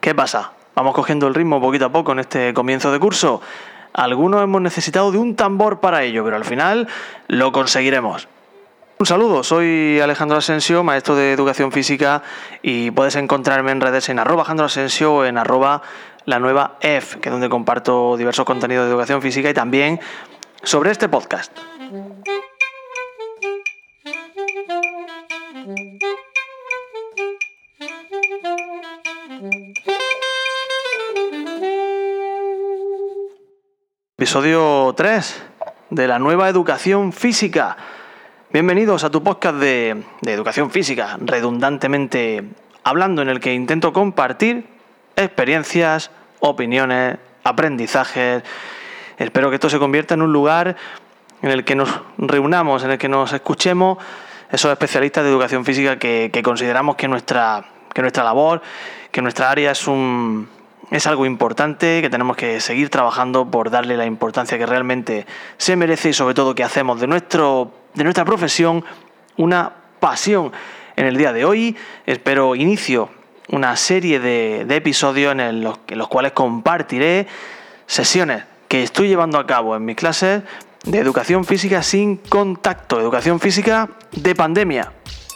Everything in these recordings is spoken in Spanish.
¿Qué pasa? Vamos cogiendo el ritmo poquito a poco en este comienzo de curso. Algunos hemos necesitado de un tambor para ello, pero al final lo conseguiremos. Un saludo, soy Alejandro Asensio, maestro de Educación Física, y puedes encontrarme en redes en @AlejandroAsensio o en @lanuevaef, que es donde comparto diversos contenidos de Educación Física y también sobre este podcast. Episodio 3 de la nueva Educación Física. Bienvenidos a tu podcast de Educación Física, redundantemente hablando, en el que intento compartir experiencias, opiniones, aprendizajes. Espero que esto se convierta en un lugar en el que nos reunamos, en el que nos escuchemos esos especialistas de Educación Física que consideramos que nuestra labor, que nuestra área es algo importante, que tenemos que seguir trabajando por darle la importancia que realmente se merece y sobre todo que hacemos de nuestra profesión una pasión. En el día de hoy inicio una serie de episodios en los cuales compartiré sesiones que estoy llevando a cabo en mis clases de Educación Física sin contacto, Educación Física de pandemia.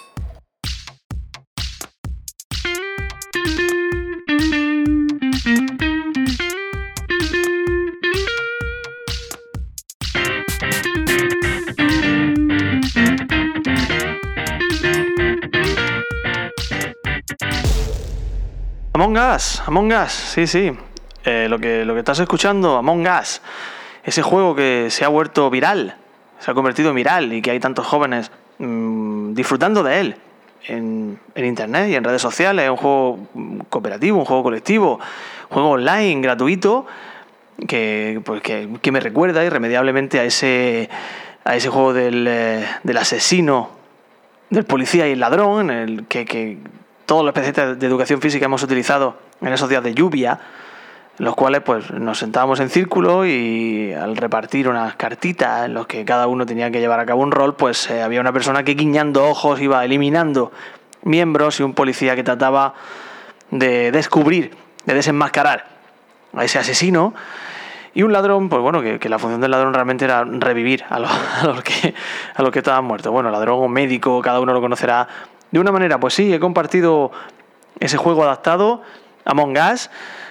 Among Us, sí. Lo que estás escuchando, Among Us, ese juego que se ha vuelto viral, se ha convertido en viral y que hay tantos jóvenes disfrutando de él en internet y en redes sociales. Es un juego cooperativo, un juego colectivo, un juego online, gratuito, que me recuerda irremediablemente a ese juego del asesino, del policía y el ladrón, en el que todos los especialistas de Educación Física hemos utilizado en esos días de lluvia, en los cuales pues nos sentábamos en círculo y al repartir unas cartitas en los que cada uno tenía que llevar a cabo un rol, pues había una persona que guiñando ojos iba eliminando miembros y un policía que trataba de descubrir, de desenmascarar a ese asesino, y un ladrón, pues bueno, que la función del ladrón realmente era revivir a los que estaban muertos. Bueno, ladrón o médico, cada uno lo conocerá de una manera. Pues sí, he compartido ese juego adaptado, Among Us.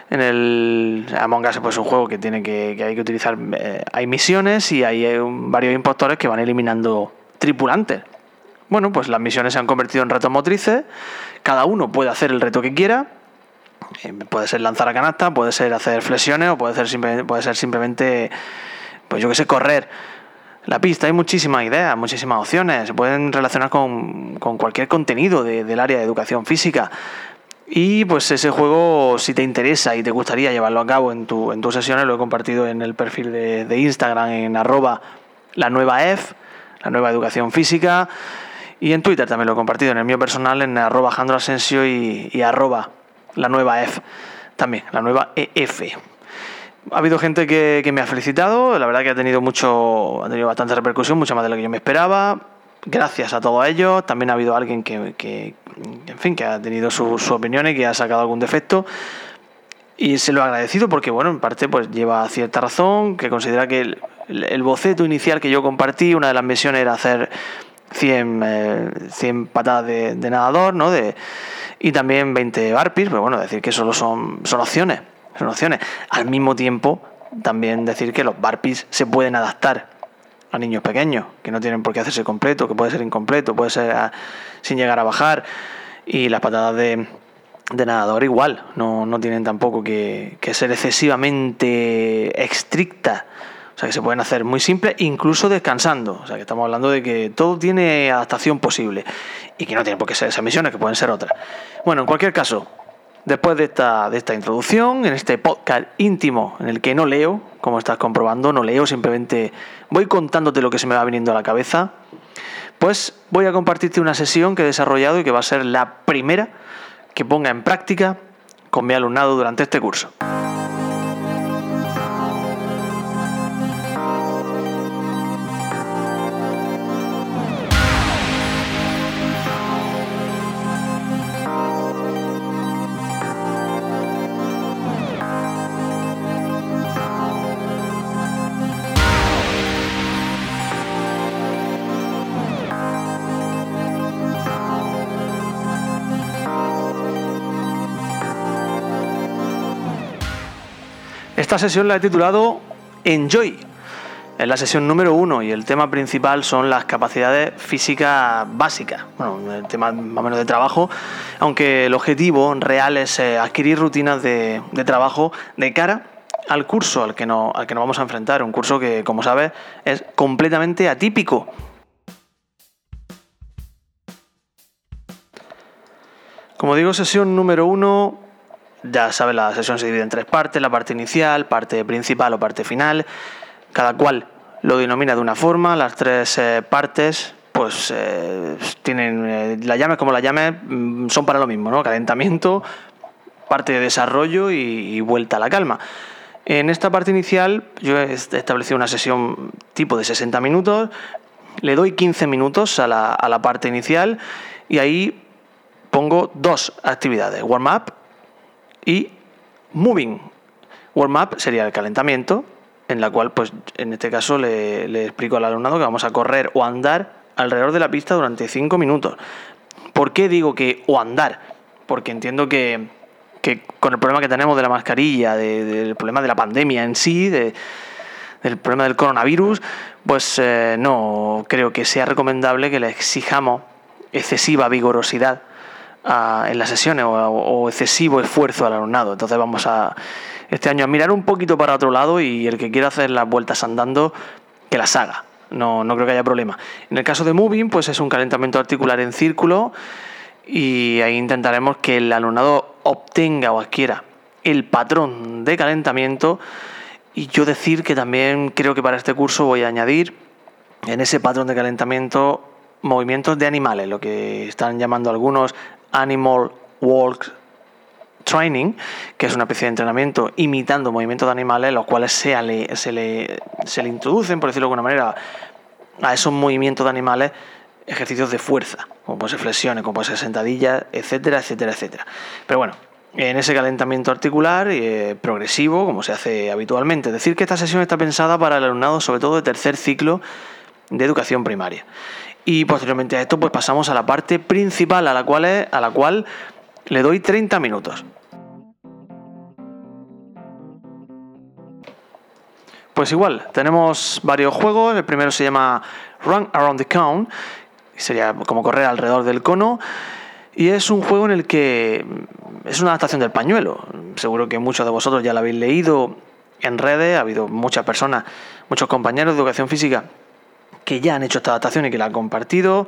Among Us pues, es un juego que hay que utilizar. Hay misiones y hay varios impostores que van eliminando tripulantes. Bueno, pues las misiones se han convertido en retos motrices. Cada uno puede hacer el reto que quiera. Puede ser lanzar a canasta, puede ser hacer flexiones o puede ser simplemente, pues yo qué sé, correr la pista. Hay muchísimas ideas, muchísimas opciones. Se pueden relacionar con cualquier contenido del área de Educación Física. Y pues ese juego, si te interesa y te gustaría llevarlo a cabo en tus sesiones, lo he compartido en el perfil de Instagram en @lanuevaef, la nueva Educación Física, y en Twitter también lo he compartido, en el mío personal en @AlejandroAsensio y @lanuevaef, también, la nueva EF. Ha habido gente que me ha felicitado, la verdad que ha tenido bastante repercusión, mucha más de la que yo me esperaba. Gracias a todos ellos. También ha habido alguien que ha tenido sus opiniones y que ha sacado algún defecto. Y se lo he agradecido porque, bueno, en parte pues lleva cierta razón, que considera que el boceto inicial que yo compartí, una de las misiones era hacer 100 patadas de nadador, ¿no? Y también 20 burpees, pero bueno, decir que solo son opciones. Son opciones. Al mismo tiempo, también decir que los burpees se pueden adaptar a niños pequeños, que no tienen por qué hacerse completo, que puede ser incompleto, puede ser sin llegar a bajar. Y las patadas de nadador igual, no tienen tampoco que ser excesivamente estrictas. O sea, que se pueden hacer muy simples, incluso descansando. O sea, que estamos hablando de que todo tiene adaptación posible y que no tiene por qué ser esas misiones, que pueden ser otras. Bueno, en cualquier caso, después de esta introducción, en este podcast íntimo en el que no leo, como estás comprobando, no leo, simplemente voy contándote lo que se me va viniendo a la cabeza, pues voy a compartirte una sesión que he desarrollado y que va a ser la primera que ponga en práctica con mi alumnado durante este curso. Esta sesión la he titulado Enjoy. Es la sesión número 1 y el tema principal son las capacidades físicas básicas. Bueno, el tema más o menos de trabajo, aunque el objetivo real es adquirir rutinas de trabajo de cara al curso al que nos vamos a enfrentar. Un curso que, como sabes, es completamente atípico. Como digo, sesión número 1, ya sabes, la sesión se divide en 3 partes: la parte inicial, parte principal o parte final. Cada cual lo denomina de una forma. Las 3 partes, pues tienen, la llames como la llames, son para lo mismo, ¿no? Calentamiento, parte de desarrollo y vuelta a la calma. En esta parte inicial yo he establecido una sesión tipo de 60 minutos, le doy 15 minutos a la parte inicial y ahí pongo 2 actividades: warm-up y moving. Warm-up sería el calentamiento, en la cual, pues en este caso, le explico al alumnado que vamos a correr o andar alrededor de la pista durante 5 minutos. ¿Por qué digo que o andar? Porque entiendo que con el problema que tenemos de la mascarilla, del problema de la pandemia en sí, del problema del coronavirus, pues no creo que sea recomendable que le exijamos excesiva vigorosidad en las sesiones o excesivo esfuerzo al alumnado. Entonces vamos este año a mirar un poquito para otro lado, y el que quiera hacer las vueltas andando, que las haga. No creo que haya problema. En el caso de moving, pues es un calentamiento articular en círculo, y ahí intentaremos que el alumnado obtenga o adquiera el patrón de calentamiento. Y yo decir que también creo que para este curso voy a añadir en ese patrón de calentamiento movimientos de animales, lo que están llamando algunos Animal Walk Training, que es una especie de entrenamiento imitando movimientos de animales, los cuales se le introducen, por decirlo de alguna manera, a esos movimientos de animales ejercicios de fuerza, como pueden ser flexiones, como pueden ser sentadillas, etcétera, etcétera, etcétera. Pero bueno, en ese calentamiento articular progresivo, como se hace habitualmente. Es decir, que esta sesión está pensada para el alumnado, sobre todo de tercer ciclo de educación primaria. Y posteriormente a esto, pues pasamos a la parte principal, a la cual le doy 30 minutos. Pues igual, tenemos varios juegos. El primero se llama Run Around the Cone, sería como correr alrededor del cono, y es un juego en el que es una adaptación del pañuelo. Seguro que muchos de vosotros ya lo habéis leído en redes. Ha habido muchas personas, muchos compañeros de educación física que ya han hecho esta adaptación y que la han compartido.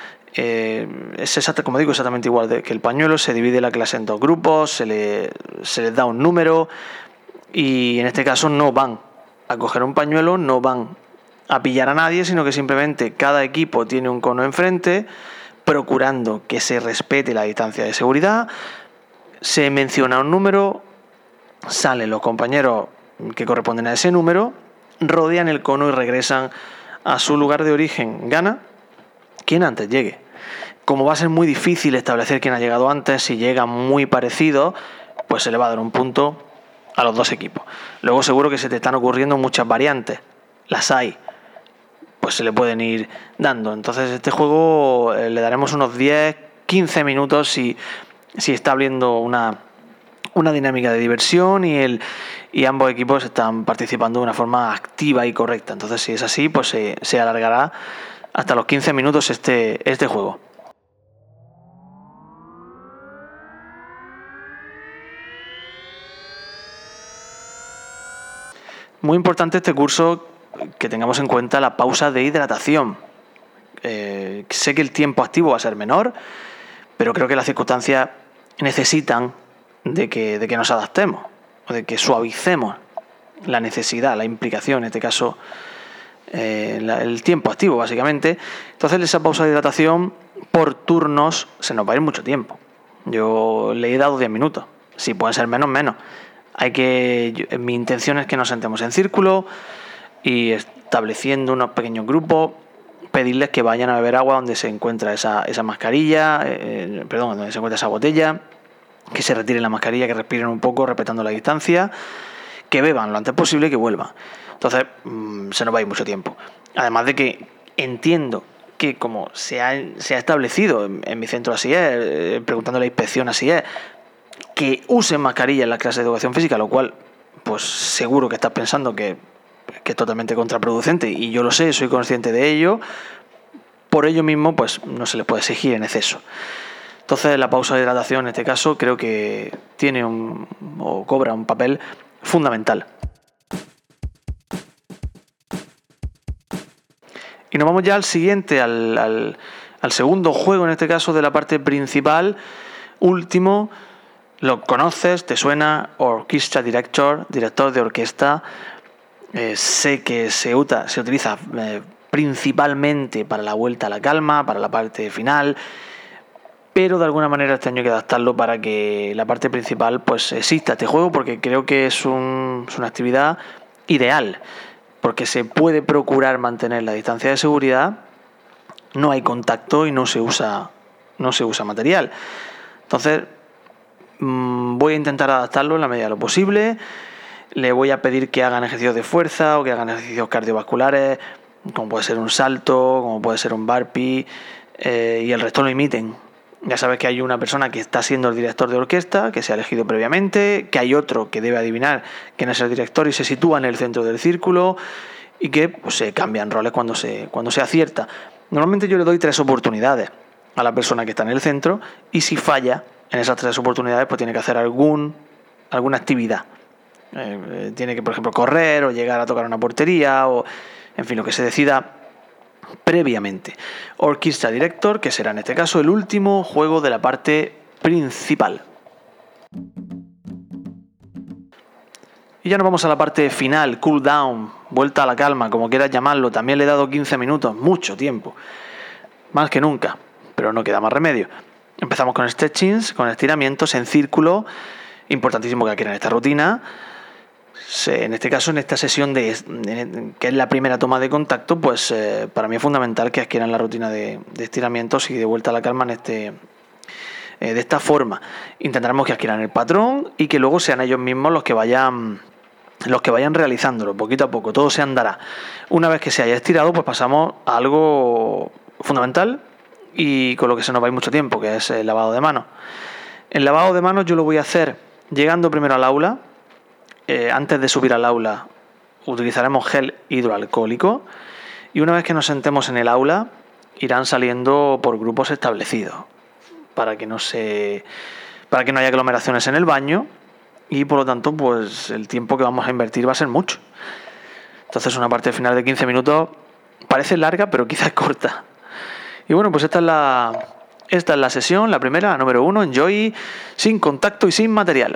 Es como digo, exactamente igual que el pañuelo. Se divide la clase en 2 grupos, se les da un número, y en este caso no van a coger un pañuelo, no van a pillar a nadie, sino que simplemente cada equipo tiene un cono enfrente, procurando que se respete la distancia de seguridad. Se menciona un número, salen los compañeros que corresponden a ese número, rodean el cono y regresan a su lugar de origen. Gana quien antes llegue. Como va a ser muy difícil establecer quién ha llegado antes, si llega muy parecido, pues se le va a dar un punto a los 2 equipos. Luego seguro que se te están ocurriendo muchas variantes. Las hay, pues se le pueden ir dando. Entonces este juego le daremos unos 10-15 minutos si está habiendo una dinámica de diversión y ambos equipos están participando de una forma activa y correcta. Entonces, si es así, pues se alargará hasta los 15 minutos este juego. Muy importante este curso que tengamos en cuenta la pausa de hidratación. Sé que el tiempo activo va a ser menor, pero creo que las circunstancias necesitan de que nos adaptemos, o de que suavicemos la necesidad, la implicación, en este caso el tiempo activo, básicamente. Entonces, esa pausa de hidratación por turnos se nos va a ir mucho tiempo. Yo le he dado 10 minutos, si pueden ser menos. Mi intención es que nos sentemos en círculo y, estableciendo unos pequeños grupos, pedirles que vayan a beber agua donde se encuentra esa mascarilla, donde se encuentra esa botella, que se retiren la mascarilla, que respiren un poco respetando la distancia, que beban lo antes posible y que vuelvan. Entonces se nos va a ir mucho tiempo. Además de que entiendo que, como se ha establecido en mi centro, así es, preguntando la inspección, así es, que usen mascarilla en las clases de educación física, lo cual pues seguro que estás pensando que es totalmente contraproducente, y yo lo sé, soy consciente de ello. Por ello mismo, pues no se le puede exigir en exceso. Entonces, la pausa de hidratación en este caso creo que tiene o cobra un papel fundamental. Y nos vamos ya al siguiente, al segundo juego, en este caso de la parte principal, último. Lo conoces, te suena, Orchestra Director, director de orquesta. Sé que se utiliza principalmente para la vuelta a la calma, para la parte final, pero de alguna manera este año hay que adaptarlo para que la parte principal pues exista este juego, porque creo que es una actividad ideal, porque se puede procurar mantener la distancia de seguridad, no hay contacto y no se usa material. Entonces voy a intentar adaptarlo en la medida de lo posible. Le voy a pedir que hagan ejercicios de fuerza o que hagan ejercicios cardiovasculares, como puede ser un salto, como puede ser un burpee, y el resto lo imiten. Ya sabes que hay una persona que está siendo el director de orquesta, que se ha elegido previamente, que hay otro que debe adivinar quién es el director y se sitúa en el centro del círculo, y que pues, se cambian roles cuando se acierta. Normalmente yo le doy 3 oportunidades a la persona que está en el centro, y si falla en esas 3 oportunidades, pues tiene que hacer alguna actividad. Tiene que, por ejemplo, correr o llegar a tocar una portería, o en fin, lo que se decida previamente. Orchestra Director, que será en este caso el último juego de la parte principal. Y ya nos vamos a la parte final, cool down, vuelta a la calma, como quieras llamarlo. También le he dado 15 minutos, mucho tiempo, más que nunca, pero no queda más remedio. Empezamos con stretchings, con estiramientos en círculo, importantísimo que adquieran esta rutina. En este caso, en esta sesión que es la primera toma de contacto, pues para mí es fundamental que adquieran la rutina de estiramientos y de vuelta a la calma de esta forma. Intentaremos que adquieran el patrón y que luego sean ellos mismos los que vayan realizándolo poquito a poco. Todo se andará. Una vez que se haya estirado, pues pasamos a algo fundamental y con lo que se nos va a ir mucho tiempo, que es el lavado de manos. El lavado de manos yo lo voy a hacer llegando primero al aula. Antes de subir al aula utilizaremos gel hidroalcohólico, y una vez que nos sentemos en el aula irán saliendo por grupos establecidos para que no haya aglomeraciones en el baño, y por lo tanto pues el tiempo que vamos a invertir va a ser mucho. Entonces una parte final de 15 minutos parece larga, pero quizás es corta. Y bueno, pues esta es la sesión, la primera, la número 1, Enjoy, sin contacto y sin material.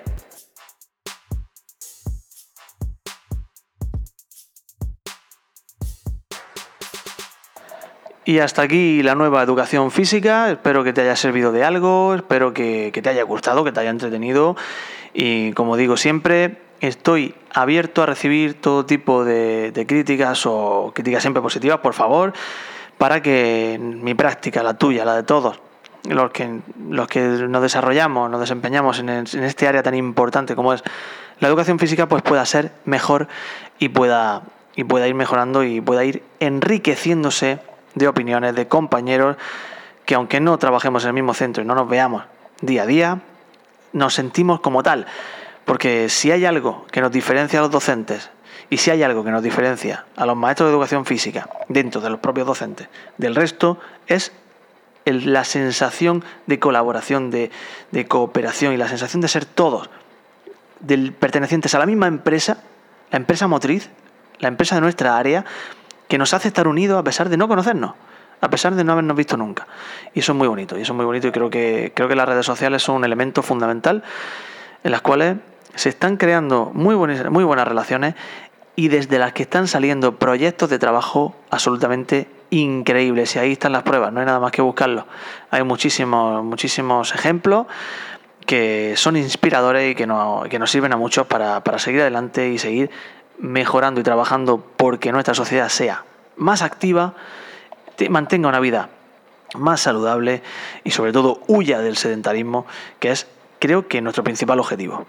Y hasta aquí la nueva educación física. Espero que te haya servido de algo, espero que te haya gustado, que te haya entretenido. Y como digo siempre, estoy abierto a recibir todo tipo de críticas, o críticas siempre positivas, por favor, para que mi práctica, la tuya, la de todos, los que nos desarrollamos, nos desempeñamos en este área tan importante como es la educación física, pues pueda ser mejor y pueda ir mejorando y pueda ir enriqueciéndose de opiniones de compañeros que, aunque no trabajemos en el mismo centro y no nos veamos día a día, nos sentimos como tal. Porque si hay algo que nos diferencia a los docentes, y si hay algo que nos diferencia a los maestros de educación física dentro de los propios docentes del resto, es la sensación de colaboración, de cooperación, y la sensación de ser todos pertenecientes a la misma empresa, la empresa motriz, la empresa de nuestra área, que nos hace estar unidos a pesar de no conocernos, a pesar de no habernos visto nunca. Y eso es muy bonito, y creo que las redes sociales son un elemento fundamental en las cuales se están creando muy buenas relaciones, y desde las que están saliendo proyectos de trabajo absolutamente increíbles. Y ahí están las pruebas, no hay nada más que buscarlo. Hay muchísimos ejemplos que son inspiradores y que nos sirven a muchos para seguir adelante y seguir mejorando y trabajando porque nuestra sociedad sea más activa, mantenga una vida más saludable y sobre todo huya del sedentarismo, que es, creo que, nuestro principal objetivo.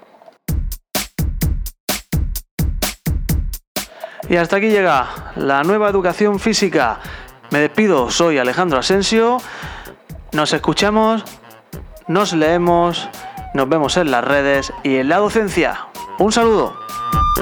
Y hasta aquí llega la nueva educación física. Me despido, soy Alejandro Asensio. Nos escuchamos, nos leemos, nos vemos en las redes y en la docencia. Un saludo.